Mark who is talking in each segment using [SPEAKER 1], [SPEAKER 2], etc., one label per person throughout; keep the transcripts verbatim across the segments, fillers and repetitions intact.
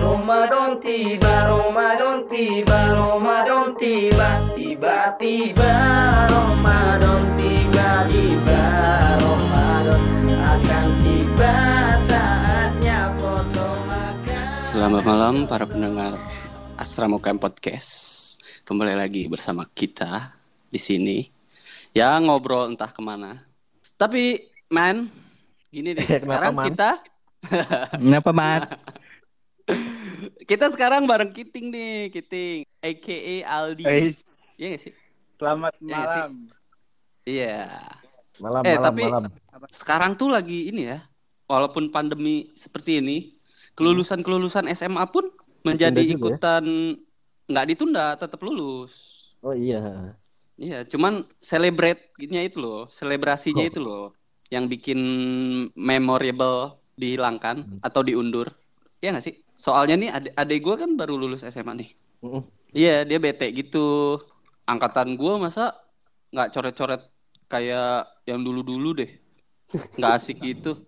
[SPEAKER 1] Ramadan tiba, Ramadan tiba, Ramadan tiba, tiba-tiba Ramadan tiba, tiba Ramadan akan tiba, saatnya foto makan.
[SPEAKER 2] Selamat malam para pendengar Asrama U K M Podcast. Kembali lagi bersama kita di sini. Ya ngobrol entah kemana. Tapi man, gini deh. Sekarang
[SPEAKER 3] man?
[SPEAKER 2] kita
[SPEAKER 4] Kenapa, Mat?
[SPEAKER 2] Kita sekarang bareng Kiting nih, Kiting, A K A Aldi.
[SPEAKER 5] Eish.
[SPEAKER 2] Iya gak sih?
[SPEAKER 5] Selamat
[SPEAKER 2] Iya nggak
[SPEAKER 5] malam.
[SPEAKER 2] Iya.
[SPEAKER 3] Malam,
[SPEAKER 2] Eh,
[SPEAKER 3] malam,
[SPEAKER 2] tapi
[SPEAKER 3] malam.
[SPEAKER 2] sekarang tuh lagi ini ya. Walaupun pandemi seperti ini, kelulusan-kelulusan S M A pun menjadi
[SPEAKER 3] Ditunda juga ya?
[SPEAKER 2] ikutan nggak ditunda, tetap lulus.
[SPEAKER 3] Oh iya.
[SPEAKER 2] Iya, cuman celebrate-nya itu loh, selebrasinya
[SPEAKER 3] Oh.
[SPEAKER 2] itu loh, yang bikin memorable dihilangkan
[SPEAKER 3] Hmm.
[SPEAKER 2] atau diundur. Iya nggak sih? Soalnya nih adek, adek gue kan baru lulus S M A nih.
[SPEAKER 3] Mm-mm.
[SPEAKER 2] Iya, dia bete gitu. Angkatan gue masa nggak coret-coret kayak yang dulu-dulu deh. Nggak asik gitu.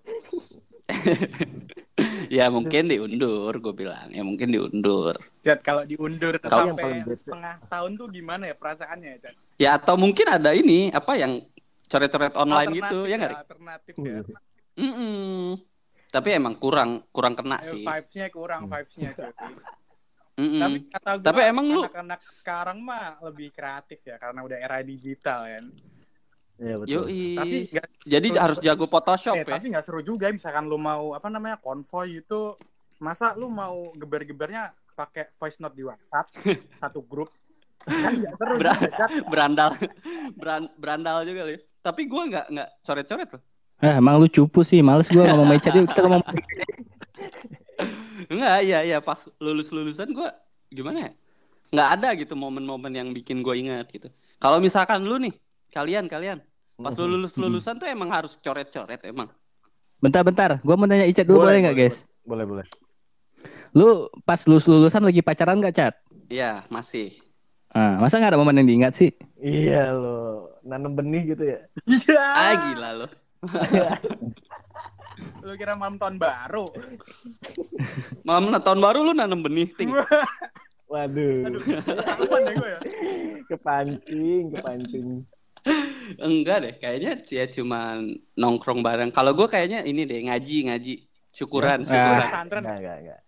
[SPEAKER 2] Ya mungkin diundur, gue bilang. Ya mungkin diundur.
[SPEAKER 5] Jad, kalau diundur
[SPEAKER 2] Kalau
[SPEAKER 3] yang paling
[SPEAKER 5] sampai
[SPEAKER 3] best-
[SPEAKER 5] setengah tahun tuh gimana ya perasaannya ya, Jad?
[SPEAKER 2] Ya atau mungkin ada ini, apa yang coret-coret online gitu, ya nggak? Rik?
[SPEAKER 5] Alternatif ya.
[SPEAKER 2] Mm-mm. Tapi emang kurang kurang kena
[SPEAKER 5] Eh,
[SPEAKER 2] sih.
[SPEAKER 5] vibes-nya kurang,
[SPEAKER 3] Hmm.
[SPEAKER 5] vibes-nya Jad.
[SPEAKER 2] Mm-mm.
[SPEAKER 5] Tapi kata gua,
[SPEAKER 2] Tapi emang lu-
[SPEAKER 5] anak-anak sekarang mah lebih kreatif ya karena udah era digital kan.
[SPEAKER 3] Iya betul.
[SPEAKER 2] Yoi.
[SPEAKER 5] Tapi nggak
[SPEAKER 2] Jadi
[SPEAKER 5] seru-
[SPEAKER 2] harus jago Photoshop
[SPEAKER 5] eh,
[SPEAKER 2] ya.
[SPEAKER 5] tapi nggak seru juga misalkan lu mau apa namanya konvoy itu, masa lu mau geber-gebernya pakai voice note di WhatsApp satu grup kan nggak seru
[SPEAKER 2] Ber-
[SPEAKER 5] juga, Jad.
[SPEAKER 2] berandal, Beran- berandal juga loh. Tapi gue nggak nggak coret-coret loh.
[SPEAKER 4] Eh, emang lu cupu sih, males gue ngomong mecet yuk kita ngomong.
[SPEAKER 2] Enggak, iya iya pas lulus-lulusan gue gimana ya? Nggak ada gitu momen-momen yang bikin gue ingat gitu. Kalau misalkan lu nih, kalian kalian pas lu lulus-lulusan tuh emang harus coret-coret emang.
[SPEAKER 4] Bentar-bentar, gue mau nanya Icat dulu boleh nggak guys?
[SPEAKER 3] Boleh, boleh.
[SPEAKER 4] Lu pas lulus lulusan lagi pacaran nggak, Cat?
[SPEAKER 2] Iya masih.
[SPEAKER 4] Ah, masa nggak ada momen yang diingat sih?
[SPEAKER 3] Iya lo, nanam benih gitu ya.
[SPEAKER 5] Iya.
[SPEAKER 2] Ah gila lo.
[SPEAKER 5] Lu kira malam tahun baru?
[SPEAKER 2] Malam tahun baru lu nanam benih ting.
[SPEAKER 3] Waduh,
[SPEAKER 5] Aduh, aman deh gue ya.
[SPEAKER 3] kepancing, kepancing.
[SPEAKER 2] Enggak deh, kayaknya ya cuma nongkrong bareng. Kalau gue kayaknya ini deh ngaji ngaji, syukuran
[SPEAKER 4] Ya?
[SPEAKER 2] syukuran.
[SPEAKER 5] Pesantren.
[SPEAKER 3] Enggak, enggak, enggak.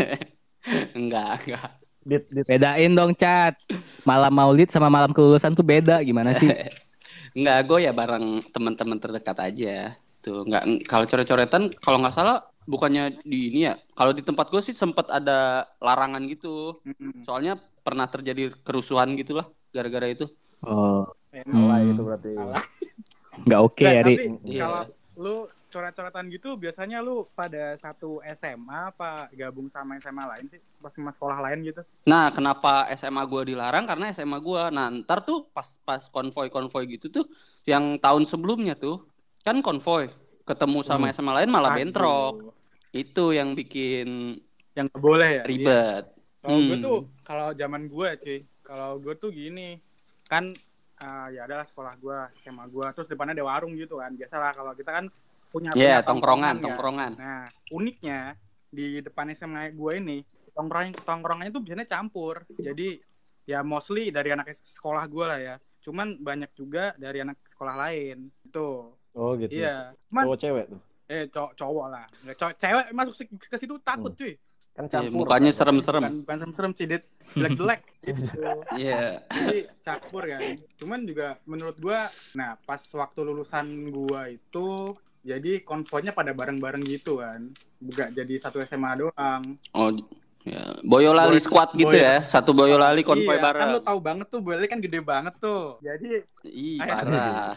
[SPEAKER 2] enggak enggak.
[SPEAKER 3] Dit, dit.
[SPEAKER 4] Bedain dong, Cat. Malam maulid sama malam kelulusan tuh beda gimana sih?
[SPEAKER 2] Enggak, gue ya bareng teman-teman terdekat aja. Tuh enggak kalau coret-coretan kalau nggak salah bukannya di ini ya. Kalau di tempat gue sih sempat ada larangan gitu.
[SPEAKER 5] Mm-mm.
[SPEAKER 2] Soalnya pernah terjadi kerusuhan gitulah gara-gara itu.
[SPEAKER 4] Oh,
[SPEAKER 5] Enak.
[SPEAKER 3] Salah
[SPEAKER 4] Hmm.
[SPEAKER 3] itu berarti.
[SPEAKER 5] Salah.
[SPEAKER 4] nggak oke
[SPEAKER 5] Nggak,
[SPEAKER 4] ya, Ri.
[SPEAKER 5] tapi
[SPEAKER 2] Iya.
[SPEAKER 5] kalau lu coret-coretan gitu biasanya lu pada satu S M A apa gabung sama S M A lain sih? Pas sama sekolah lain gitu?
[SPEAKER 2] Nah, kenapa S M A gue dilarang? Karena S M A gue, nah ntar tuh pas pas konvoy-konvoy gitu tuh, yang tahun sebelumnya tuh kan konvoy, ketemu sama
[SPEAKER 3] Hmm.
[SPEAKER 2] S M A lain malah
[SPEAKER 5] Aduh,
[SPEAKER 2] bentrok. Itu yang bikin
[SPEAKER 5] yang nggak boleh ya? Iya.
[SPEAKER 2] ribet.
[SPEAKER 5] Kalau gue
[SPEAKER 2] Hmm.
[SPEAKER 5] tuh, kalau zaman gue cuy, kalau gue tuh gini, kan ah, ya adalah sekolah gue, S M A gue, terus depannya ada warung gitu kan. Biasalah kalau kita kan punya
[SPEAKER 2] Iya,
[SPEAKER 5] punya
[SPEAKER 2] tongkrongan,
[SPEAKER 5] ya.
[SPEAKER 2] tongkrongan.
[SPEAKER 5] Nah, uniknya di depan S M A gue ini, tongkrong tongkrongannya tuh biasanya campur. Jadi ya mostly dari anak sekolah gue lah ya. Cuman banyak juga dari anak sekolah lain. Itu.
[SPEAKER 3] Oh gitu.
[SPEAKER 5] Iya. Cuman
[SPEAKER 3] Cowok cewek tuh.
[SPEAKER 5] eh cow- cowok lah. Nggak, cow- cewek masuk se- ke situ takut cuy.
[SPEAKER 3] Kan
[SPEAKER 2] Iya,
[SPEAKER 3] campur.
[SPEAKER 2] mukanya
[SPEAKER 3] kan.
[SPEAKER 2] serem-serem.
[SPEAKER 5] Bukan, bukan serem-serem sih, Dit. Jelek-jelek gitu.
[SPEAKER 2] Iya.
[SPEAKER 5] Jadi campur kan. Cuman juga menurut gua, nah pas waktu lulusan gua itu jadi konvoynya pada bareng-bareng gitu kan. Bukan jadi satu S M A doang.
[SPEAKER 2] Oh, ya. Boyolali
[SPEAKER 5] Boy-
[SPEAKER 2] squad gitu
[SPEAKER 5] Boy-
[SPEAKER 2] ya. Satu Boyolali konvoy
[SPEAKER 5] iya,
[SPEAKER 2] bareng.
[SPEAKER 5] kan lu tahu banget tuh Boyolali kan gede banget tuh. Jadi
[SPEAKER 2] Ih,
[SPEAKER 5] Ayo.
[SPEAKER 2] parah.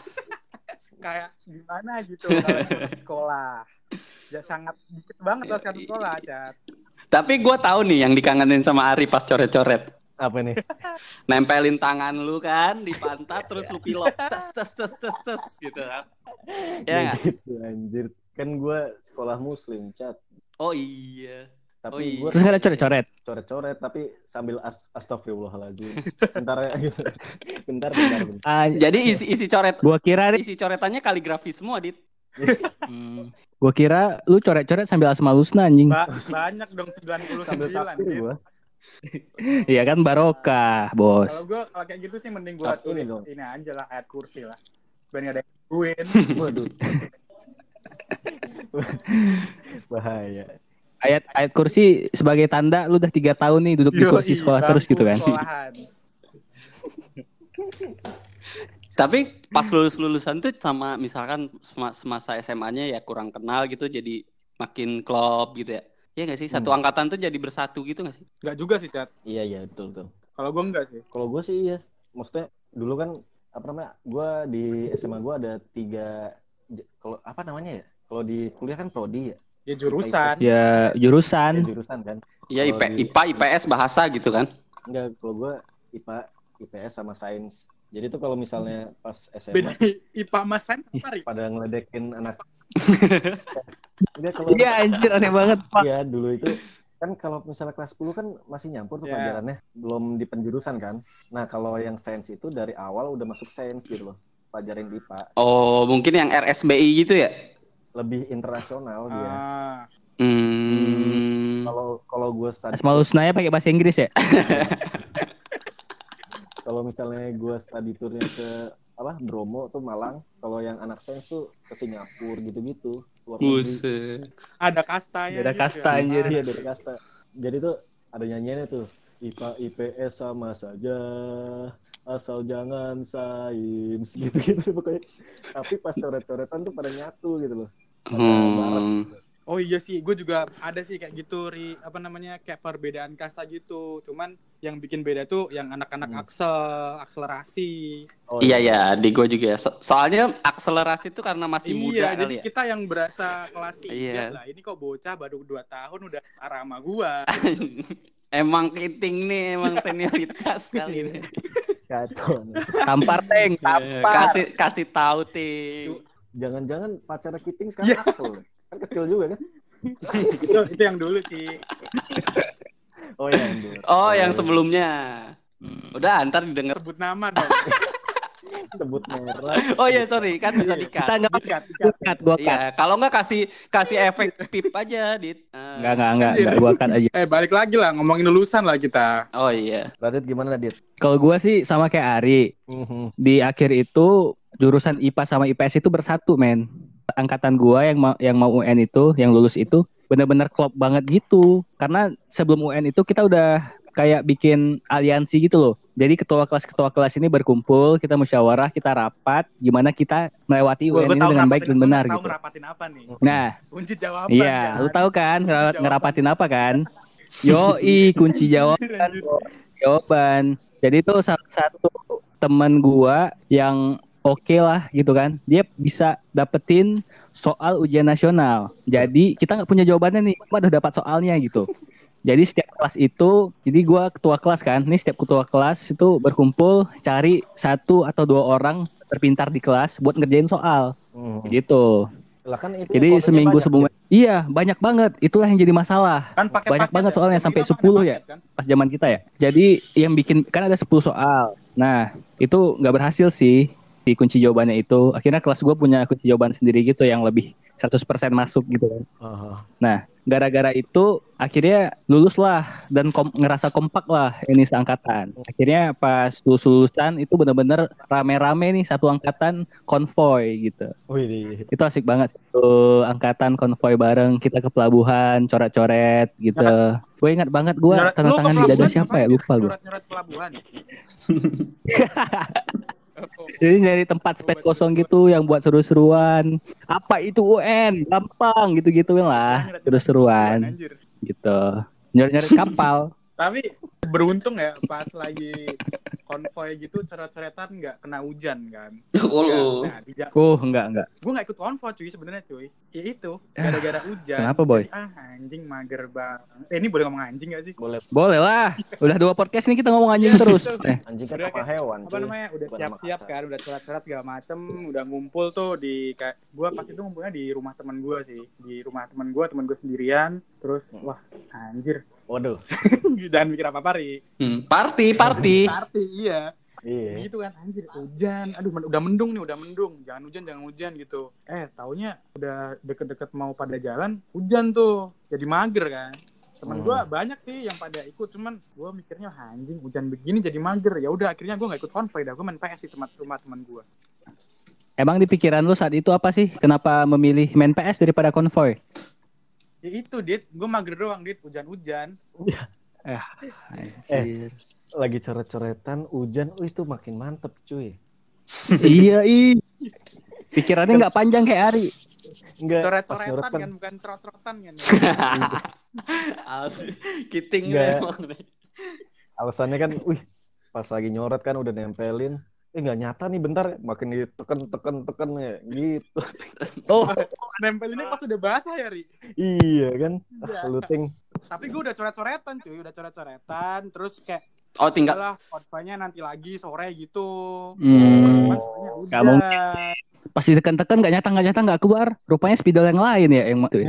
[SPEAKER 5] kayak gimana gitu kalau satu sekolah. Ya sangat dikit banget lah satu sekolah, Cat.
[SPEAKER 2] Tapi gue tahu nih yang dikangenin sama Ari pas coret-coret.
[SPEAKER 3] Apa nih?
[SPEAKER 2] Nempelin tangan lu kan di pantat terus lu pilok tes tes tes tes tes gitu kan. Ya nggak?
[SPEAKER 3] Gitu, anjir. Kan gue sekolah muslim, Cat.
[SPEAKER 2] Oh iya.
[SPEAKER 3] Tapi
[SPEAKER 2] Oh, iya.
[SPEAKER 3] gue
[SPEAKER 4] Terus nggak ada coret-coret?
[SPEAKER 3] coret-coret tapi sambil as- astagfirullahaladzim. Bentar ya gitu. Bentar, bentar, bentar.
[SPEAKER 4] Ah,
[SPEAKER 2] Jadi isi isi coret
[SPEAKER 4] gua kira Ri,
[SPEAKER 2] isi coretannya kaligrafi semua, Dit.
[SPEAKER 4] Hmm. Gua kira lu coret-coret sambil asmaul husna anjing.
[SPEAKER 5] Ba- banyak dong sembilan puluh
[SPEAKER 3] Sambil
[SPEAKER 5] sembilan.
[SPEAKER 3] takbir
[SPEAKER 5] Dit.
[SPEAKER 3] gua.
[SPEAKER 4] Iya kan barokah, Bos.
[SPEAKER 5] Kalau gue kalau kayak gitu sih mending gue
[SPEAKER 3] Tapi
[SPEAKER 5] tulis
[SPEAKER 3] ini dong.
[SPEAKER 5] ini aja lah ayat kursi lah. Biar nggak ada yang nungguin.
[SPEAKER 3] Waduh. Bahaya.
[SPEAKER 4] Ayat ayat kursi sebagai tanda lu udah tiga tahun nih duduk di
[SPEAKER 5] Yoi,
[SPEAKER 4] kursi sekolah terus
[SPEAKER 5] bangku
[SPEAKER 4] gitu kan.
[SPEAKER 5] sekolahan.
[SPEAKER 2] Tapi pas lulus lulusan tuh sama misalkan sema- semasa S M A-nya ya kurang kenal gitu jadi makin klop gitu ya. Iya nggak sih satu
[SPEAKER 3] Hmm.
[SPEAKER 2] angkatan tuh jadi bersatu gitu nggak sih?
[SPEAKER 5] Nggak juga sih, Cat.
[SPEAKER 3] Iya iya betul betul.
[SPEAKER 5] Kalau gue enggak sih.
[SPEAKER 3] Kalau gue sih iya. Maksudnya dulu kan apa namanya? Gue di S M A gue ada tiga. j- Kalau apa namanya ya? Kalau di kuliah kan prodi ya.
[SPEAKER 5] Ya jurusan.
[SPEAKER 4] Ya
[SPEAKER 3] Ya,
[SPEAKER 4] jurusan.
[SPEAKER 3] jurusan kan.
[SPEAKER 2] Iya I P,
[SPEAKER 3] Kalau di-
[SPEAKER 2] I P A, I P S, bahasa gitu kan.
[SPEAKER 3] Enggak, kalau gue I P A, I P S sama sains. Jadi tuh kalau misalnya pas S M A
[SPEAKER 5] Beda I P A sama sains apa, Rik?
[SPEAKER 3] pada ngeledekin anak. Enggak kalau
[SPEAKER 4] Iya anjir aneh banget, Pak.
[SPEAKER 3] Iya dulu itu kan kalau misalnya kelas sepuluh kan masih nyampur tuh
[SPEAKER 5] Iya.
[SPEAKER 3] pelajarannya, belum di penjurusan kan. Nah, kalau yang sains itu dari awal udah masuk sains gitu loh. Pelajarin I P A,
[SPEAKER 2] Oh mungkin yang R S B I gitu ya?
[SPEAKER 3] lebih internasional dia.
[SPEAKER 5] Ah,
[SPEAKER 2] Hmm.
[SPEAKER 3] Kalau kalau gue study
[SPEAKER 4] Asmaul husnanya pakai bahasa Inggris ya?
[SPEAKER 3] kalau misalnya gue study tournya ke apa Bromo tuh Malang, kalau yang anak sains tuh ke Singapura gitu-gitu, luar negeri.
[SPEAKER 2] Buset.
[SPEAKER 5] ada kastanya.
[SPEAKER 4] Ada
[SPEAKER 5] gitu
[SPEAKER 4] kasta,
[SPEAKER 5] ya.
[SPEAKER 4] anjir.
[SPEAKER 3] Iya dari kasta. Jadi tuh ada nyanyiannya tuh I P A I P S sama saja asal jangan sains gitu-gitu pokoknya. Tapi pas coret-coretan tuh pada nyatu gitu loh. Pada bareng.
[SPEAKER 2] Hmm.
[SPEAKER 5] Oh iya sih, gue juga ada sih kayak gitu, ri apa namanya kayak perbedaan kasta gitu. Cuman yang bikin beda tuh yang anak-anak
[SPEAKER 3] Hmm.
[SPEAKER 5] aksel, akselerasi.
[SPEAKER 3] Oh,
[SPEAKER 2] Iya ya, di gue juga. So- soalnya akselerasi itu karena masih muda
[SPEAKER 5] Iya, jadi
[SPEAKER 2] kali ya.
[SPEAKER 5] kita yang berasa kelas tiga
[SPEAKER 2] Iya.
[SPEAKER 5] lah. Ini kok bocah baru dua tahun udah setara sama gua.
[SPEAKER 2] Emang kiting nih, emang senioritas kali ini.
[SPEAKER 3] kacau.
[SPEAKER 4] Tampar teng, tampar.
[SPEAKER 2] Kasih kasih tahu ting.
[SPEAKER 3] Jangan-jangan pacar Kiting sekarang
[SPEAKER 5] Iya.
[SPEAKER 3] Axel. Kan kecil juga kan?
[SPEAKER 5] itu, itu yang dulu sih.
[SPEAKER 3] Oh iya yang dulu.
[SPEAKER 2] Oh, yang sebelumnya. Udah, ntar didengar.
[SPEAKER 5] Sebut nama dong.
[SPEAKER 3] Sebut merah.
[SPEAKER 2] Oh iya, sorry, kan bisa
[SPEAKER 5] Iya.
[SPEAKER 2] dikat.
[SPEAKER 4] Kita nggak
[SPEAKER 5] Dikat, dikat.
[SPEAKER 4] gua cut, gua cut.
[SPEAKER 2] Iya, kalau nggak kasih kasih efek pip aja, Dit. Ah.
[SPEAKER 4] Enggak, enggak, enggak, enggak, gua cut aja.
[SPEAKER 5] Eh, balik lagi lah ngomongin lulusan lah kita.
[SPEAKER 2] Oh iya.
[SPEAKER 3] Radit gimana Radit?
[SPEAKER 4] Kalau gua sih sama kayak Ari.
[SPEAKER 3] Mhm.
[SPEAKER 4] Di akhir itu jurusan I P A sama I P S itu bersatu, men. Angkatan gua yang mau yang mau U N itu, yang lulus itu benar-benar klop banget gitu. Karena sebelum U N itu kita udah kayak bikin aliansi gitu loh. Jadi ketua kelas-ketua kelas ini berkumpul, kita musyawarah, kita rapat, gimana kita melewati U
[SPEAKER 5] Gua,
[SPEAKER 4] N
[SPEAKER 5] gua
[SPEAKER 4] ini
[SPEAKER 5] tahu
[SPEAKER 4] dengan baik
[SPEAKER 5] ngerapatin-
[SPEAKER 4] dan
[SPEAKER 5] gua
[SPEAKER 4] benar
[SPEAKER 5] tahu
[SPEAKER 4] gitu.
[SPEAKER 5] ngerapatin apa nih?
[SPEAKER 4] Nah,
[SPEAKER 5] Kunci jawaban.
[SPEAKER 4] iya,
[SPEAKER 5] kan?
[SPEAKER 4] lu tahu kan ngera-
[SPEAKER 5] Jawaban.
[SPEAKER 4] ngerapatin apa kan? Yoi, kunci jawaban. Jawaban. Jadi itu salah satu teman gua yang oke lah gitu kan. Dia bisa dapetin soal ujian nasional. Jadi kita nggak punya jawabannya nih, cuma udah dapat soalnya gitu. Jadi setiap kelas itu, jadi gua ketua kelas kan. Nih setiap ketua kelas itu berkumpul cari satu atau dua orang terpintar di kelas buat ngerjain soal.
[SPEAKER 3] Mhm.
[SPEAKER 4] Gitu.
[SPEAKER 3] Lah kan itu
[SPEAKER 4] Jadi
[SPEAKER 3] kodenya
[SPEAKER 4] seminggu
[SPEAKER 3] banyak,
[SPEAKER 4] sebelumnya. Iya, banyak banget. Itulah yang jadi masalah.
[SPEAKER 5] Kan pakai
[SPEAKER 4] Banyak
[SPEAKER 5] paket
[SPEAKER 4] banget
[SPEAKER 5] ya?
[SPEAKER 4] soalnya,
[SPEAKER 5] Gua
[SPEAKER 4] sampai
[SPEAKER 5] bilang pakai
[SPEAKER 4] sepuluh ya.
[SPEAKER 5] paket kan?
[SPEAKER 4] Pas zaman kita ya. Jadi yang bikin kan ada sepuluh soal. Nah, itu nggak berhasil sih di kunci jawabannya itu. Akhirnya kelas gue punya kunci jawaban sendiri gitu yang lebih seratus persen masuk gitu kan.
[SPEAKER 3] Aha.
[SPEAKER 4] Nah, gara-gara itu akhirnya lulus lah dan kom- ngerasa kompak lah ini seangkatan. Akhirnya pas lulus-lulusan itu bener-bener rame-rame nih satu angkatan konvoy gitu.
[SPEAKER 3] Wih,
[SPEAKER 4] Itu asik banget. Satu angkatan konvoy bareng kita ke pelabuhan, coret-coret gitu. Gue ingat banget gue
[SPEAKER 5] Nyoret-
[SPEAKER 4] tanda
[SPEAKER 5] lu ke
[SPEAKER 4] tangan di dada
[SPEAKER 5] pelabuhan
[SPEAKER 4] siapa ya?
[SPEAKER 5] ngapain?
[SPEAKER 4] Lupa gue.
[SPEAKER 5] Nyoret-nyoret pelabuhan. Oh,
[SPEAKER 4] Jadi nyari tempat space kosong gitu yang buat seru-seruan. Apa itu U N? Gampang gitu-gitu lah.
[SPEAKER 5] nyoret-nyoret
[SPEAKER 4] Seru-seruan
[SPEAKER 5] anjir.
[SPEAKER 4] gitu. Nyari-nyari kapal.
[SPEAKER 5] Tapi beruntung ya pas lagi konvoy gitu coret-coretan nggak kena hujan kan.
[SPEAKER 2] Oh, lu.
[SPEAKER 5] Nah, di ja-
[SPEAKER 4] Uh, enggak, enggak.
[SPEAKER 5] gue nggak ikut konvoy cuy sebenarnya cuy. Ya itu gara-gara hujan.
[SPEAKER 4] Kenapa, Boy?
[SPEAKER 5] Ah anjing mager banget. Eh, ini boleh ngomong anjing gak sih?
[SPEAKER 3] boleh
[SPEAKER 4] Boleh lah. Udah dua podcast ini kita ngomong anjing terus. Eh,
[SPEAKER 3] anjing kan
[SPEAKER 5] Udah
[SPEAKER 3] sama
[SPEAKER 5] kayak-
[SPEAKER 3] hewan.
[SPEAKER 5] Apa
[SPEAKER 3] cuy.
[SPEAKER 5] namanya udah
[SPEAKER 3] Bukan
[SPEAKER 5] siap-siap
[SPEAKER 3] sama kata.
[SPEAKER 5] kan, udah coret-coret segala macem, udah ngumpul tuh di kayak gue pas itu ngumpulnya di rumah teman gue sih, di rumah teman gue, teman gue sendirian, terus wah anjir,
[SPEAKER 3] Waduh.
[SPEAKER 5] jangan mikir apa apa ri,
[SPEAKER 2] Hmm, party, party.
[SPEAKER 5] party iya,
[SPEAKER 3] Iya.
[SPEAKER 5] Gitu kan, anjir hujan, aduh men- udah mendung nih, udah mendung, jangan hujan, jangan hujan gitu. Eh taunya udah deket-deket mau pada jalan, hujan tuh, jadi mager kan. Temen
[SPEAKER 3] Hmm.
[SPEAKER 5] gue banyak sih yang pada ikut, cuman gue mikirnya anjing hujan begini jadi mager. Ya udah akhirnya gue nggak ikut konvoy dah, gue main P S di tempat rumah teman gue.
[SPEAKER 4] Emang di pikiran lu saat itu apa sih? Kenapa memilih main P S daripada konvoy?
[SPEAKER 5] Ya itu dit, gue mager doang dit, hujan-hujan.
[SPEAKER 4] Eh,
[SPEAKER 3] Lagi coret-coretan hujan, oh itu makin mantep cuy.
[SPEAKER 4] iya, i. Pikirannya nggak panjang kayak Ari.
[SPEAKER 3] Enggak, pas
[SPEAKER 5] Coret-coretan
[SPEAKER 3] nyoret
[SPEAKER 5] kan, bukan cerot-cerotan kan.
[SPEAKER 2] Alsi, kiting
[SPEAKER 3] Nggak.
[SPEAKER 2] memang nih.
[SPEAKER 3] Alasannya kan, wih, pas lagi nyoret kan udah nempelin. Eh nggak nyata nih, bentar, makin diteken teken teken ya, gitu.
[SPEAKER 4] Oh,
[SPEAKER 5] Nempelinnya pas udah basah ya Ri.
[SPEAKER 3] Iya kan,
[SPEAKER 5] Iya.
[SPEAKER 3] ah, luting.
[SPEAKER 5] Tapi gue udah coret-coretan cuy, udah coret-coretan. Terus kayak
[SPEAKER 2] Oh, tinggal
[SPEAKER 5] lah konvoynya nanti lagi sore gitu.
[SPEAKER 4] hmm.
[SPEAKER 5] Cuman sorenya
[SPEAKER 4] Nggak
[SPEAKER 5] hujan.
[SPEAKER 4] mungkin. Pas ditekan-tekan nggak nyata nggak nyata nggak keluar. Rupanya spidol yang lain ya yang itu.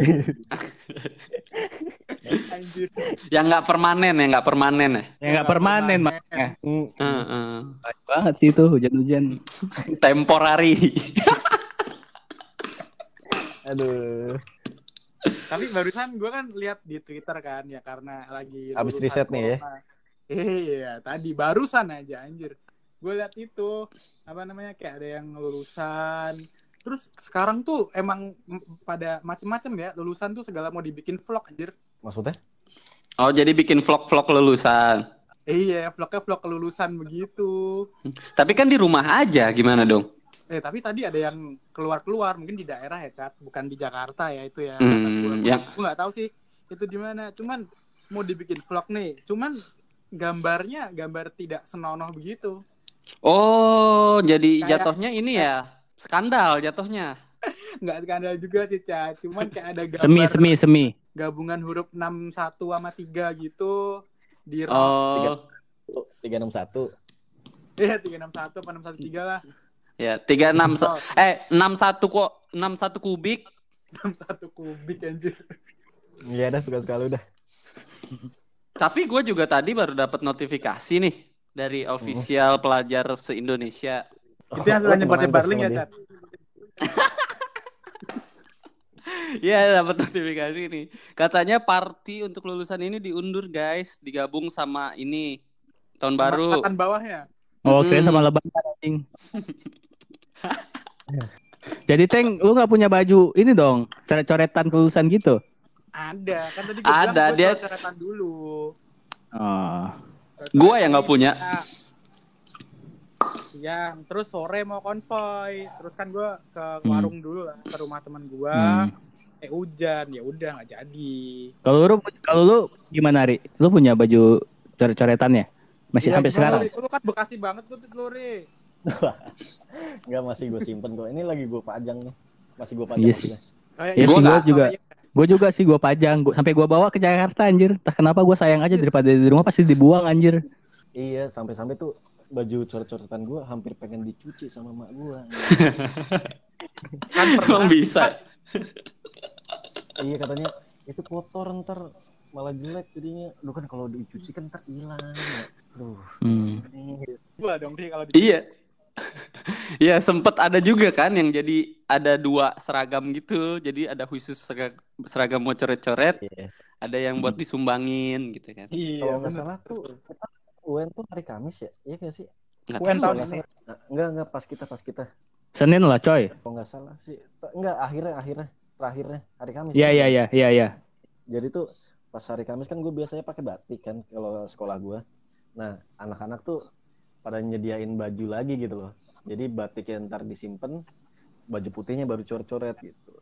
[SPEAKER 5] Anjir.
[SPEAKER 2] yang nggak permanen ya, nggak permanen ya.
[SPEAKER 4] Yang nggak permanen
[SPEAKER 5] permanen.
[SPEAKER 4] makanya.
[SPEAKER 3] Hmm,
[SPEAKER 2] Heeh.
[SPEAKER 4] Baik banget sih itu hujan-hujan.
[SPEAKER 2] Temporary.
[SPEAKER 3] Aduh.
[SPEAKER 5] Tapi barusan gue kan lihat di Twitter kan ya, karena lagi
[SPEAKER 3] Abis
[SPEAKER 5] lulusan
[SPEAKER 3] riset nih ya?
[SPEAKER 5] corona. Iya, tadi barusan aja anjir. Gue lihat itu apa namanya, kayak ada yang lulusan. Terus sekarang tuh emang m- pada macem-macem ya, lulusan tuh segala mau dibikin vlog anjir.
[SPEAKER 3] Maksudnya?
[SPEAKER 2] Oh, jadi bikin vlog-vlog lulusan.
[SPEAKER 5] Iya, vlognya vlog kelulusan begitu.
[SPEAKER 2] Tapi kan di rumah aja, gimana dong?
[SPEAKER 5] Eh tapi tadi ada yang keluar-keluar, mungkin di daerah ya Cat, bukan di Jakarta ya itu ya.
[SPEAKER 2] Hmm,
[SPEAKER 5] gue
[SPEAKER 2] yang-
[SPEAKER 5] gue nggak tahu sih itu di mana. Cuman mau dibikin vlog nih, cuman gambarnya gambar tidak senonoh begitu.
[SPEAKER 2] Oh, jadi
[SPEAKER 5] Kayak-
[SPEAKER 2] jatuhnya ini ya, skandal jatuhnya.
[SPEAKER 5] Nggak skandal juga sih Cat, cuman kayak ada gambar
[SPEAKER 4] Semi semi semi.
[SPEAKER 5] gabungan huruf enam satu sama tiga gitu di rock.
[SPEAKER 2] Oh,
[SPEAKER 3] tiga enam satu.
[SPEAKER 5] Iya tiga enam satu apa enam satu tiga lah.
[SPEAKER 2] ya tiga enam
[SPEAKER 5] Oh.
[SPEAKER 2] eh enam satu kok enam satu kubik.
[SPEAKER 5] enam satu kubik anjir.
[SPEAKER 3] Iya dah, suka-suka lu dah.
[SPEAKER 2] Tapi gue juga tadi baru dapat notifikasi nih dari official pelajar se-Indonesia.
[SPEAKER 5] Itu yang
[SPEAKER 3] Oh,
[SPEAKER 5] suka
[SPEAKER 3] temenan
[SPEAKER 5] nyebar-nyebar
[SPEAKER 3] tuh
[SPEAKER 5] link
[SPEAKER 3] sama
[SPEAKER 5] ya
[SPEAKER 3] dia.
[SPEAKER 5] Cat.
[SPEAKER 2] Iya, dapat notifikasi nih. Katanya party untuk lulusan ini diundur, guys, digabung sama ini tahun baru.
[SPEAKER 5] Angkatan bawahnya.
[SPEAKER 4] Oh,
[SPEAKER 2] Mm-mm.
[SPEAKER 4] keren sama lebaran anjing. Jadi Teng, lu nggak punya baju ini dong, coret-coretan kelulusan gitu?
[SPEAKER 5] Ada, kan tadi gue
[SPEAKER 2] Ada,
[SPEAKER 5] bilang gue
[SPEAKER 2] dia-
[SPEAKER 5] coret-coretan dulu.
[SPEAKER 4] Oh.
[SPEAKER 2] Gua yang nggak punya.
[SPEAKER 5] Ya, terus sore mau konvoy, terus kan gue ke
[SPEAKER 4] Hmm.
[SPEAKER 5] warung dulu lah, ke rumah teman gue.
[SPEAKER 4] Hmm.
[SPEAKER 5] Eh hujan, ya udah nggak jadi.
[SPEAKER 4] Kalau lu kalau lu gimana, Ri? Lu punya baju coret-coretannya? Masih
[SPEAKER 5] Ya,
[SPEAKER 4] sampai
[SPEAKER 5] gimana,
[SPEAKER 4] sekarang?
[SPEAKER 5] Ri? Lu kan Bekasi banget tuh lu, Ri.
[SPEAKER 3] Enggak, masih gue simpen kok. Ini lagi gue pajang nih. Masih gue pajang
[SPEAKER 4] Yes.
[SPEAKER 3] maksudnya.
[SPEAKER 5] Kayak
[SPEAKER 4] Yes,
[SPEAKER 5] ini
[SPEAKER 4] gua
[SPEAKER 5] nggak
[SPEAKER 4] juga.
[SPEAKER 5] sama, ya.
[SPEAKER 4] Gue juga sih, gue pajang. Gua, sampai gue bawa ke Jakarta anjir. Entah kenapa gue sayang aja daripada di rumah pasti dibuang anjir.
[SPEAKER 3] Iya, sampai-sampai tuh baju coret-coretan gue hampir pengen dicuci sama mak gue.
[SPEAKER 5] Kan pernah.
[SPEAKER 2] Emang bisa.
[SPEAKER 3] Iya, katanya itu kotor ntar malah jelek jadinya. Lu kan kalau dicuci kan ntar hilang. Aduh.
[SPEAKER 4] Hmm.
[SPEAKER 5] Gua dong, Ri, kalau di
[SPEAKER 2] Iya. Iya, sempet ada juga kan yang jadi ada dua seragam gitu. Jadi ada khusus serag- seragam mau coret-coret,
[SPEAKER 3] Iya.
[SPEAKER 2] ada yang buat disumbangin gitu kan.
[SPEAKER 5] Iya,
[SPEAKER 3] Kalau nggak
[SPEAKER 5] bener.
[SPEAKER 3] salah tuh kita U N tuh hari Kamis ya? Iya nggak sih?
[SPEAKER 2] Nggak
[SPEAKER 5] U N
[SPEAKER 2] tahu.
[SPEAKER 5] tahun
[SPEAKER 3] Nggak
[SPEAKER 5] ini.
[SPEAKER 3] salah. Nah, enggak enggak pas kita pas kita.
[SPEAKER 4] Senin lah coy.
[SPEAKER 3] Kalau nggak salah sih. Enggak, akhirnya akhirnya terakhirnya hari Kamis.
[SPEAKER 4] Iya iya iya iya iya.
[SPEAKER 3] Jadi tuh pas hari Kamis kan gue biasanya pakai batik kan kalau sekolah gue. Nah, anak-anak tuh pada nyediain baju lagi gitu loh. Jadi batiknya ntar disimpan, baju putihnya baru coret-coret gitu.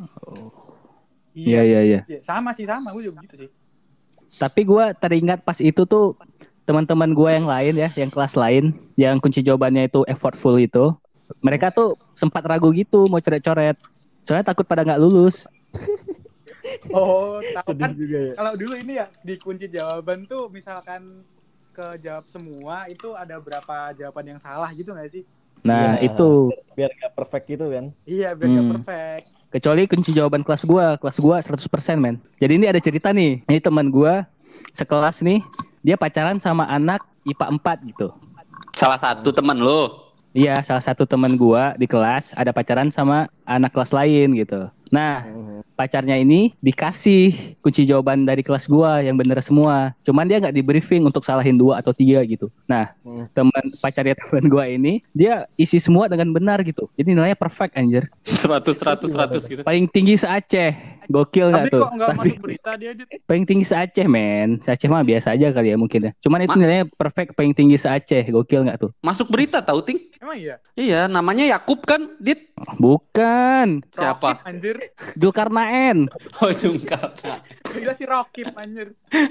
[SPEAKER 4] Iya iya iya.
[SPEAKER 5] Iya, sama sih, sama. Gue juga gitu sih.
[SPEAKER 4] Tapi gue teringat pas itu tuh teman-teman gue yang lain ya, yang kelas lain, yang kunci jawabannya itu effortful itu, mereka tuh sempat ragu gitu mau coret-coret, soalnya takut pada nggak lulus.
[SPEAKER 5] Oh, tahu
[SPEAKER 3] Sedih
[SPEAKER 5] kan
[SPEAKER 3] juga ya.
[SPEAKER 5] kalau dulu ini ya di kunci jawaban tuh misalkan kejawab semua itu ada berapa jawaban yang salah gitu nggak sih?
[SPEAKER 4] Nah
[SPEAKER 3] Iya.
[SPEAKER 4] itu,
[SPEAKER 3] Biar gak perfect gitu kan.
[SPEAKER 5] Iya, biar nggak
[SPEAKER 4] Hmm.
[SPEAKER 5] perfect.
[SPEAKER 4] kecuali kunci jawaban kelas gue, kelas gue seratus persen men. Jadi ini ada cerita nih, ini teman gue sekelas nih, dia pacaran sama anak I P A empat gitu.
[SPEAKER 2] Salah satu teman lo.
[SPEAKER 4] Iya, salah satu teman gua di kelas ada pacaran sama anak kelas lain gitu. Nah, pacarnya ini dikasih kunci jawaban dari kelas gua yang bener semua. Cuman dia nggak di briefing untuk salahin dua atau tiga gitu. Nah,
[SPEAKER 3] Hmm.
[SPEAKER 4] teman pacarnya teman gua ini dia isi semua dengan benar gitu. Jadi nilainya perfect anjir.
[SPEAKER 2] seratus seratus seratus gitu.
[SPEAKER 4] Paling tinggi se-Aceh. Gokil nggak
[SPEAKER 5] Tapi
[SPEAKER 4] tuh?
[SPEAKER 5] kok nggak
[SPEAKER 4] Tapi
[SPEAKER 5] masuk berita dia, Dit?
[SPEAKER 4] paling tinggi se-Aceh men. Se-Aceh mah biasa aja kali ya mungkin ya. Cuman itu
[SPEAKER 2] Ma-
[SPEAKER 4] nilainya perfect paling tinggi se-Aceh. Gokil nggak tuh?
[SPEAKER 2] Masuk berita tahu Ting?
[SPEAKER 5] Emang iya?
[SPEAKER 2] Iya, namanya Yakub kan, Dit.
[SPEAKER 4] Bukan.
[SPEAKER 2] Siapa?
[SPEAKER 5] Rokib, anjir.
[SPEAKER 4] Zulkarnaen.
[SPEAKER 2] Oh, Jungkarna.
[SPEAKER 5] Gila si Rokib, anjir.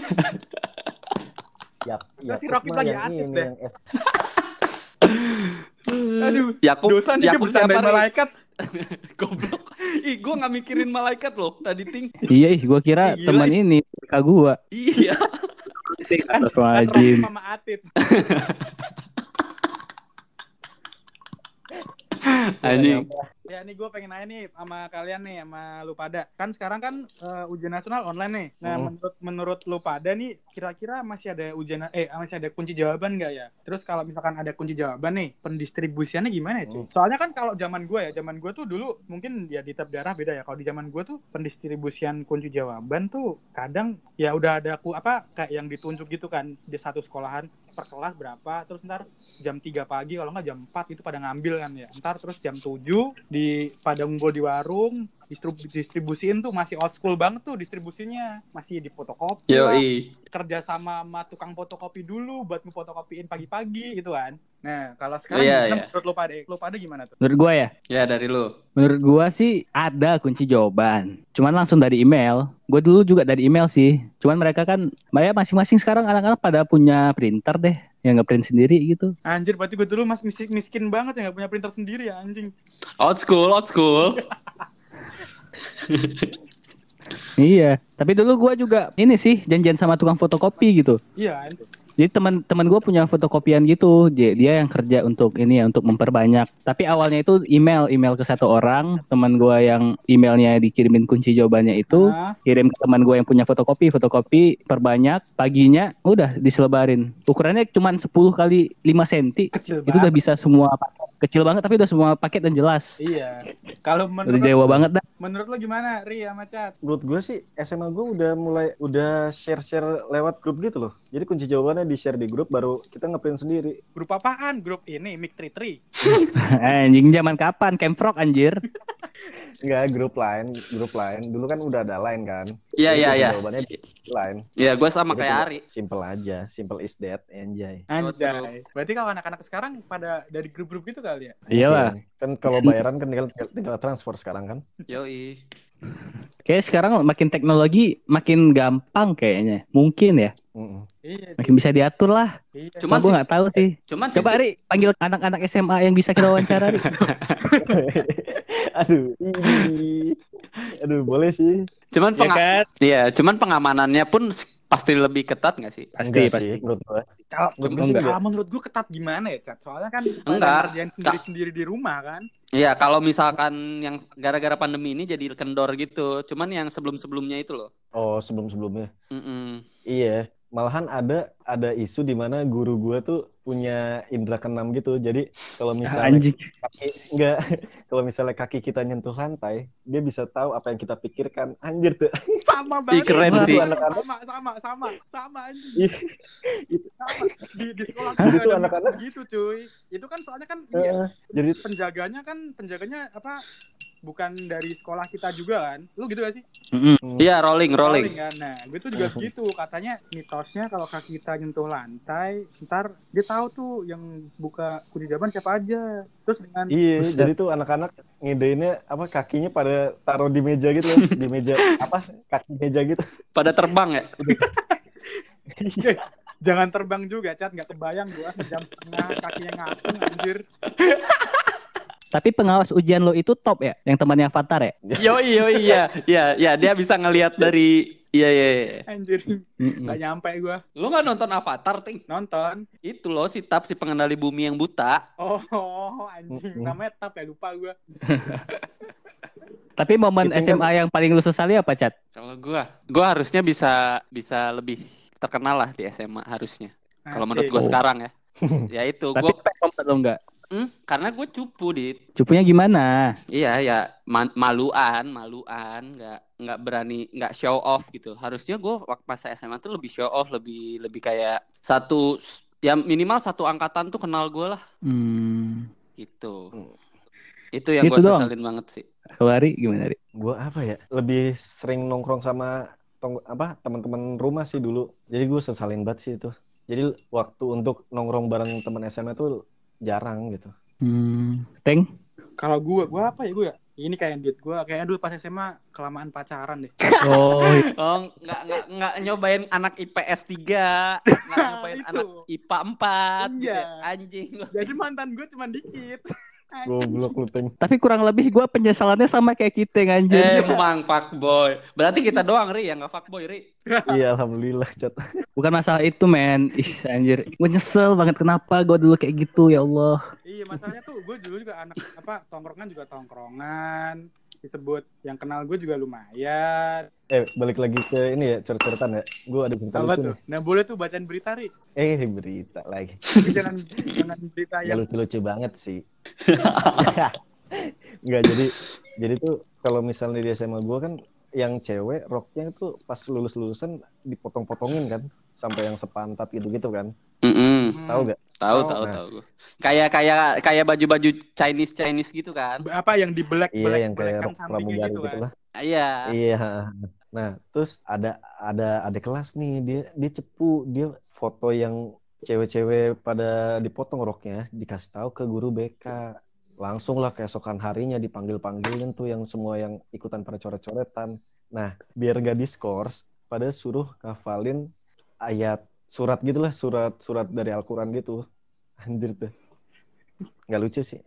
[SPEAKER 3] Ya,
[SPEAKER 5] Nah, si
[SPEAKER 3] Yakub
[SPEAKER 5] Rocky
[SPEAKER 3] mah
[SPEAKER 5] lagi
[SPEAKER 3] yang
[SPEAKER 5] aktif
[SPEAKER 3] ini,
[SPEAKER 5] deh.
[SPEAKER 3] yang S.
[SPEAKER 5] Aduh,
[SPEAKER 2] Yakub,
[SPEAKER 5] dosa nih
[SPEAKER 2] Yakub
[SPEAKER 5] bercandain
[SPEAKER 2] siapa, Ri?
[SPEAKER 5] malaikat.
[SPEAKER 2] Goblok. Ih, gua nggak mikirin malaikat loh tadi Ting.
[SPEAKER 4] Iya, ih, gua kira
[SPEAKER 2] Ih, gila,
[SPEAKER 4] teman
[SPEAKER 2] ih.
[SPEAKER 4] ini kak gua.
[SPEAKER 2] Iya.
[SPEAKER 5] Kan
[SPEAKER 4] Astagfirullahaladzim.
[SPEAKER 5] Rokib sama Atit.
[SPEAKER 2] Anjing.
[SPEAKER 5] Ya nih gue pengen nanya nih sama kalian nih, sama lu pada. Kan sekarang kan uh, ujian nasional online nih. Nah
[SPEAKER 3] Hmm.
[SPEAKER 5] menurut menurut lu pada nih kira-kira masih ada ujian eh masih ada kunci jawaban nggak ya? Terus kalau misalkan ada kunci jawaban nih, pendistribusiannya gimana ya cuy?
[SPEAKER 3] Hmm.
[SPEAKER 5] Soalnya kan kalau zaman gue ya, zaman gue tuh dulu mungkin ya di tiap daerah beda ya. Kalau di zaman gue tuh pendistribusian kunci jawaban tuh kadang ya udah ada ku apa kayak yang ditunjuk gitu kan di satu sekolahan per kelas berapa, terus ntar jam tiga pagi kalau nggak jam empat itu pada ngambil kan ya, ntar terus jam tujuh di pada ngumpul di warung, distribu- distribusiin tuh masih old school banget tuh distribusinya, masih di fotokopi lah,
[SPEAKER 2] Yoi.
[SPEAKER 5] kerja sama sama tukang fotokopi dulu buat ngefotokopiin pagi-pagi gitu kan. Nah kalau sekarang
[SPEAKER 2] Iya,
[SPEAKER 5] gimana
[SPEAKER 2] iya.
[SPEAKER 5] menurut lo pada, lo pada gimana tuh?
[SPEAKER 4] Menurut gua ya,
[SPEAKER 2] Ya dari lu.
[SPEAKER 4] menurut gua sih ada kunci jawaban. Cuman langsung dari email. Gua dulu juga dari email sih. Cuman mereka kan, ya masing-masing sekarang anak-anak pada punya printer deh, yang nge-print sendiri gitu.
[SPEAKER 5] Anjir berarti gue dulu mas miskin, miskin banget ya nggak punya printer sendiri ya anjing.
[SPEAKER 2] Old school, old school.
[SPEAKER 4] Iya, tapi dulu gua juga ini sih janjian sama tukang fotokopi gitu.
[SPEAKER 5] Iya.
[SPEAKER 4] Jadi teman-teman gue punya fotokopian gitu, dia, dia yang kerja untuk ini ya, untuk memperbanyak. Tapi awalnya itu email, email ke satu orang, teman gue yang emailnya dikirimin kunci jawabannya itu,
[SPEAKER 5] Nah,
[SPEAKER 4] kirim ke teman gue yang punya fotokopi, fotokopi perbanyak, paginya udah diselebarin. Ukurannya cuma sepuluh kali lima senti,
[SPEAKER 5] kecil
[SPEAKER 4] itu udah
[SPEAKER 5] banget.
[SPEAKER 4] bisa semua paket. Kecil banget tapi udah semua paket dan jelas.
[SPEAKER 5] Iya. Kalau
[SPEAKER 4] Udah
[SPEAKER 5] menurut
[SPEAKER 4] dewa banget dah.
[SPEAKER 5] menurut lo gimana, Ri sama Cat?
[SPEAKER 3] Menurut gue sih S M A gue udah mulai udah share-share lewat grup gitu loh. Jadi kunci jawabannya di-share di grup, baru kita nge-print sendiri.
[SPEAKER 5] Grup apaan? Grup ini Mic tiga tiga.
[SPEAKER 4] Anjing zaman kapan? Camfrog anjir.
[SPEAKER 3] Enggak, grup lain, grup lain. Dulu kan udah ada line kan.
[SPEAKER 2] Iya,
[SPEAKER 3] Jadi
[SPEAKER 2] iya,
[SPEAKER 3] kunci
[SPEAKER 2] iya.
[SPEAKER 3] Jawabannya di line.
[SPEAKER 2] Iya, gue sama
[SPEAKER 3] Jadi
[SPEAKER 2] kayak
[SPEAKER 3] tinggal
[SPEAKER 2] Ari.
[SPEAKER 3] Simple aja, simple is that, anjay.
[SPEAKER 5] Anjay. Berarti kalau anak-anak sekarang pada dari grup-grup gitu kali ya?
[SPEAKER 4] Iyalah.
[SPEAKER 3] Mungkin. Kan kalau bayaran kan tinggal, tinggal transfer sekarang kan.
[SPEAKER 2] Yoi.
[SPEAKER 4] Kayak sekarang makin teknologi makin gampang kayaknya. Mungkin ya.
[SPEAKER 3] Mm-mm.
[SPEAKER 5] Iya.
[SPEAKER 4] Makin bisa diatur lah.
[SPEAKER 5] Iya.
[SPEAKER 2] Cuman
[SPEAKER 4] Cuma gue
[SPEAKER 2] sih-
[SPEAKER 4] nggak tahu sih.
[SPEAKER 2] Cuman
[SPEAKER 4] Coba
[SPEAKER 2] sistem-
[SPEAKER 4] Ri, panggil anak-anak S M A yang bisa kita wawancara Ri.
[SPEAKER 3] Aduh, ih. Aduh, boleh sih.
[SPEAKER 2] Cuman
[SPEAKER 4] Ya
[SPEAKER 2] penga-
[SPEAKER 4] kan?
[SPEAKER 2] Iya, cuman pengamanannya pun s- pasti lebih ketat nggak sih?
[SPEAKER 4] Pasti,
[SPEAKER 3] Enggak
[SPEAKER 4] pasti.
[SPEAKER 3] sih, menurut gue.
[SPEAKER 5] Kalau
[SPEAKER 3] Menurut gue sih
[SPEAKER 4] enggak.
[SPEAKER 3] enggak.
[SPEAKER 5] kalau menurut gue ketat gimana ya, Cat? Soalnya kan pada
[SPEAKER 2] Enggak.
[SPEAKER 5] ngerjain sendiri-sendiri di rumah kan.
[SPEAKER 2] Iya, kalau misalkan yang gara-gara pandemi ini jadi kendor gitu. Cuman yang sebelum-sebelumnya itu loh.
[SPEAKER 3] Oh, sebelum-sebelumnya.
[SPEAKER 2] Mm-mm.
[SPEAKER 3] Iya, malahan ada ada isu di mana guru gue tuh punya indera keenam gitu. Jadi kalau misalnya
[SPEAKER 4] Anjing.
[SPEAKER 3] kaki enggak, kalau misalnya kaki kita nyentuh lantai, dia bisa tahu apa yang kita pikirkan. Anjir tuh.
[SPEAKER 5] Sama banget.
[SPEAKER 2] keren
[SPEAKER 5] sama,
[SPEAKER 2] sih.
[SPEAKER 5] Sama, sama, sama, sama anjing.
[SPEAKER 3] Iya.
[SPEAKER 5] Sama. Di, di sekolah
[SPEAKER 3] Itu
[SPEAKER 5] juga ada
[SPEAKER 3] anak-anak.
[SPEAKER 5] mitos gitu, cuy. Itu kan soalnya kan ini ya,
[SPEAKER 3] Eh, jadi
[SPEAKER 5] penjaganya kan penjaganya apa? Bukan dari sekolah kita juga kan. Lu gitu gak sih?
[SPEAKER 4] Mm-mm.
[SPEAKER 3] hmm,
[SPEAKER 2] Iya, rolling, rolling.
[SPEAKER 5] Kan. Nah, gue tuh juga gitu. Katanya mitosnya kalau kaki kita nyentuh lantai, ntar dia tahu tuh yang buka kunci jawaban siapa aja. Terus dengan
[SPEAKER 3] iya,
[SPEAKER 4] Buset.
[SPEAKER 3] jadi tuh anak-anak ngideinnya apa kakinya pada taruh di meja gitu loh, di meja apa kaki meja gitu.
[SPEAKER 2] Pada terbang ya?
[SPEAKER 5] Eh, jangan terbang juga, Cat. Nggak kebayang gua sejam setengah kakinya ngapung, anjir.
[SPEAKER 4] Tapi pengawas ujian lo itu top ya, yang temannya Avatar ya?
[SPEAKER 2] Yoi, yoi, iya. Iya, iya, dia bisa ngelihat dari iya, iya, iya.
[SPEAKER 5] Anjir,
[SPEAKER 4] Mm-mm.
[SPEAKER 5] nggak nyampe gua.
[SPEAKER 2] Lu nggak nonton Avatar, Ting?
[SPEAKER 5] Nonton.
[SPEAKER 2] Itu loh si Tap, si pengendali bumi yang buta.
[SPEAKER 5] Oh, oh anjing.
[SPEAKER 3] Mm-mm.
[SPEAKER 5] Namanya Tap ya, lupa gua.
[SPEAKER 4] Tapi momen
[SPEAKER 3] Itu
[SPEAKER 4] S M A yang paling lu sesali apa, Cat?
[SPEAKER 2] Kalau gua, gua harusnya bisa bisa lebih terkenal lah di S M A harusnya. Kalau menurut gua
[SPEAKER 5] Anjing.
[SPEAKER 2] sekarang ya. Ya itu
[SPEAKER 4] Tapi
[SPEAKER 2] gue
[SPEAKER 4] pes lompat lo enggak?
[SPEAKER 2] hmm, karena gue cupu dit.
[SPEAKER 4] Cupunya gimana?
[SPEAKER 2] Iya ya ma- maluan, maluan, nggak nggak berani, nggak show off gitu. Harusnya gue waktu masa S M A tuh lebih show off, lebih lebih kayak satu ya minimal satu angkatan tuh kenal gue lah
[SPEAKER 4] Hmm.
[SPEAKER 2] gitu. Itu yang
[SPEAKER 4] Gitu
[SPEAKER 2] gue
[SPEAKER 4] doang.
[SPEAKER 2] sesalin banget sih.
[SPEAKER 4] Kalau Ari gimana, Ari?
[SPEAKER 3] Gue apa ya? Lebih sering nongkrong sama tong apa teman-teman rumah sih dulu. Jadi gue sesalin banget sih itu. Jadi waktu untuk nongkrong bareng teman S M A tuh jarang gitu.
[SPEAKER 4] Hmm. Teng?
[SPEAKER 5] Kalau gue, gue apa ya gue ya? Ini kayak duit gue, kayaknya dulu pas S M A kelamaan pacaran deh.
[SPEAKER 4] Oh,
[SPEAKER 2] Oh, nggak nggak nggak nyobain anak I P S tiga, nggak nyobain
[SPEAKER 5] Itu.
[SPEAKER 2] anak I P A empat, gitu
[SPEAKER 5] Iya.
[SPEAKER 2] ya. Anjing.
[SPEAKER 5] Jadi mantan gue cuma dikit.
[SPEAKER 3] Goblok lu Teng.
[SPEAKER 4] tapi kurang lebih gue penyesalannya sama kayak kita anjir.
[SPEAKER 2] Emang fuckboy. Berarti kita doang Ri yang nggak fuckboy Ri.
[SPEAKER 3] Iya alhamdulillah Cat.
[SPEAKER 4] Bukan masalah itu, men. Ih, anjir. Gue nyesel banget kenapa gue dulu kayak gitu, ya Allah.
[SPEAKER 5] Iya, masalahnya tuh gue dulu juga anak apa tongkrongan juga tongkrongan. Disebut yang kenal gue juga lumayan.
[SPEAKER 3] Eh balik lagi ke ini ya coret-coretan ya. Gue ada cerita
[SPEAKER 5] Apa
[SPEAKER 3] lucu
[SPEAKER 5] tuh?
[SPEAKER 3] nih.
[SPEAKER 5] Nah, boleh tuh bacain berita, Ri.
[SPEAKER 3] Eh berita lagi.
[SPEAKER 5] Tapi jangan jangan berita
[SPEAKER 3] Ya
[SPEAKER 5] yang
[SPEAKER 3] lucu-lucu banget sih. Enggak jadi jadi tuh kalau misalnya di S M A gue kan yang cewek roknya itu pas lulus-lulusan dipotong-potongin kan sampai yang sepantat gitu-gitu kan.
[SPEAKER 2] Mm-mm.
[SPEAKER 3] Tahu gak?
[SPEAKER 2] Tahu
[SPEAKER 5] Oh,
[SPEAKER 2] tahu
[SPEAKER 3] nah.
[SPEAKER 2] tahu. Kayak kayak kayak baju-baju Chinese Chinese gitu kan.
[SPEAKER 5] apa yang di black
[SPEAKER 3] Iya
[SPEAKER 5] black
[SPEAKER 3] yang kayak
[SPEAKER 5] kan
[SPEAKER 3] rok
[SPEAKER 5] sampingnya
[SPEAKER 3] pramugari
[SPEAKER 5] gitu
[SPEAKER 3] gitu
[SPEAKER 5] kan.
[SPEAKER 3] lah.
[SPEAKER 2] Iya.
[SPEAKER 3] Iya. Nah, terus ada ada ada kelas nih dia dia cepu dia foto yang cewek-cewek pada dipotong roknya dikasih tahu ke guru B K. Langsung lah keesokan harinya dipanggil-panggilin tuh yang semua yang ikutan pada coret-coretan. Nah, biar gak diskors, pada suruh ngafalin ayat surat gitulah, surat-surat dari Al-Quran gitu. Anjir tuh. Nggak lucu sih.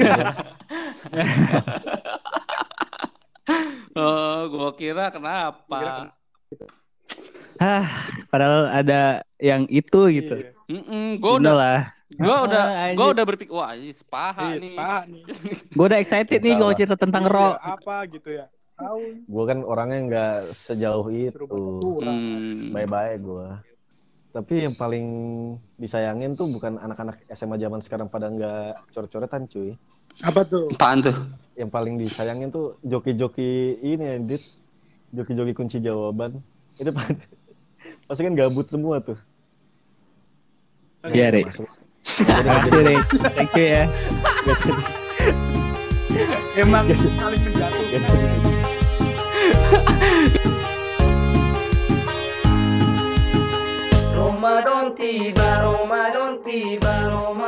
[SPEAKER 2] Oh, gua kira kenapa?
[SPEAKER 4] Hah, padahal ada yang itu gitu.
[SPEAKER 5] Iya.
[SPEAKER 2] Mm-mm, gua
[SPEAKER 4] Udah
[SPEAKER 2] udah
[SPEAKER 4] lah.
[SPEAKER 2] gua udah
[SPEAKER 4] Ah,
[SPEAKER 2] gua
[SPEAKER 4] anjir.
[SPEAKER 2] udah berpikir wah ini sepaha
[SPEAKER 5] Iya,
[SPEAKER 2] nih.
[SPEAKER 5] sepaha nih.
[SPEAKER 4] Gue udah excited nih kalau cerita tentang
[SPEAKER 5] Iya,
[SPEAKER 4] Ro.
[SPEAKER 5] apa gitu ya. Tahu
[SPEAKER 3] Gue kan orangnya nggak sejauh
[SPEAKER 5] suruh
[SPEAKER 3] itu.
[SPEAKER 5] baca surat.
[SPEAKER 2] Hmm.
[SPEAKER 3] Bye-bye gue. Tapi yang paling disayangin tuh bukan anak-anak S M A zaman sekarang pada nggak coret-coretan cuy.
[SPEAKER 5] Apa tuh?
[SPEAKER 2] Apaan tuh?
[SPEAKER 3] Yang paling disayangin tuh joki-joki ini ya, Dit. Joki-joki kunci jawaban. Itu pada pasti kan gabut semua tuh.
[SPEAKER 4] Iya, Ri.
[SPEAKER 3] Masuk.
[SPEAKER 4] Makasih, Ri. Thank you ya.
[SPEAKER 5] Emang saling menjatuhkan.
[SPEAKER 1] Ramadan tiba, Ramadan tiba, Ramadan